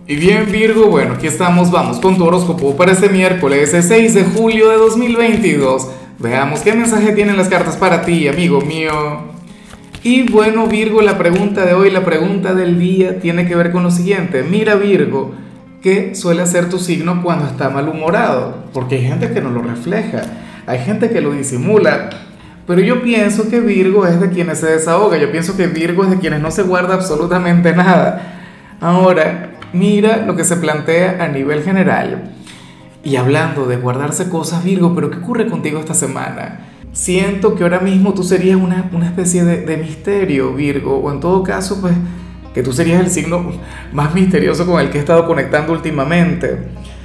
Y bien, Virgo, bueno, aquí estamos, vamos con tu horóscopo para este miércoles 6 de julio de 2022. Veamos qué mensaje tienen las cartas para ti, amigo mío. Y bueno, Virgo, la pregunta de hoy, la pregunta del día, tiene que ver con lo siguiente. Mira, Virgo, ¿qué suele hacer tu signo cuando está malhumorado? Porque hay gente que no lo refleja, hay gente que lo disimula. Pero yo pienso que Virgo es de quienes se desahoga, yo pienso que Virgo es de quienes no se guarda absolutamente nada. Ahora, mira lo que se plantea a nivel general. Y hablando de guardarse cosas, Virgo, pero ¿qué ocurre contigo esta semana? Siento que ahora mismo tú serías una especie de misterio, Virgo, o en todo caso, pues, que tú serías el signo más misterioso con el que he estado conectando últimamente.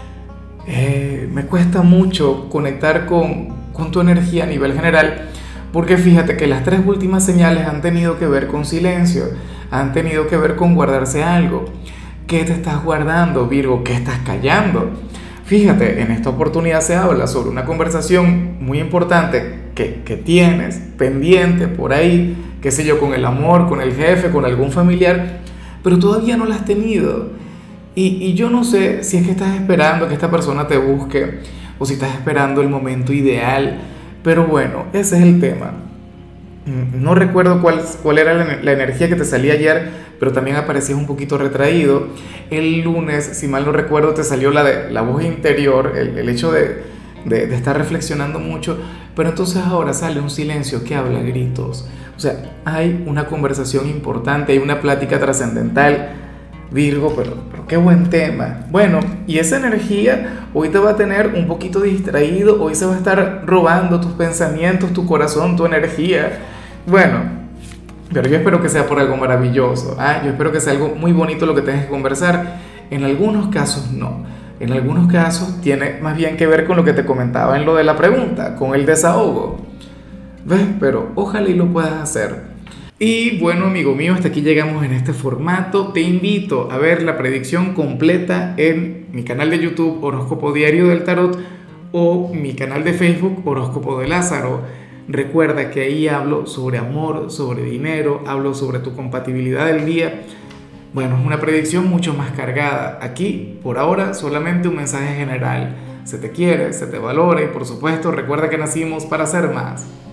Me cuesta mucho conectar con tu energía a nivel general, porque fíjate que las tres últimas señales han tenido que ver con silencio, han tenido que ver con guardarse algo. ¿Qué te estás guardando, Virgo? ¿Qué estás callando? Fíjate, en esta oportunidad se habla sobre una conversación muy importante que tienes pendiente por ahí, qué sé yo, con el amor, con el jefe, con algún familiar, pero todavía no la has tenido. Y yo no sé si es que estás esperando que esta persona te busque o si estás esperando el momento ideal, pero bueno, ese es el tema. No recuerdo cuál era la energía que te salía ayer, pero también aparecías un poquito retraído. El lunes, si mal no recuerdo, te salió la voz interior, el hecho de estar reflexionando mucho, pero entonces ahora sale un silencio que habla a gritos. O sea, hay una conversación importante, hay una plática trascendental, Virgo, pero qué buen tema. Bueno, y esa energía hoy te va a tener un poquito distraído, hoy se va a estar robando tus pensamientos, tu corazón, tu energía. Bueno, pero yo espero que sea por algo maravilloso, ¿ah? Yo espero que sea algo muy bonito lo que tengas que conversar. En algunos casos no. En algunos casos tiene más bien que ver con lo que te comentaba en lo de la pregunta, con el desahogo. ¿Ves? Pero ojalá y lo puedas hacer. Y bueno, amigo mío, hasta aquí llegamos en este formato. Te invito a ver la predicción completa en mi canal de YouTube Horóscopo Diario del Tarot o mi canal de Facebook Horóscopo de Lázaro. Recuerda que ahí hablo sobre amor, sobre dinero, hablo sobre tu compatibilidad del día. Bueno, es una predicción mucho más cargada. Aquí, por ahora, solamente un mensaje general. Se te quiere, se te valora y por supuesto recuerda que nacimos para ser más.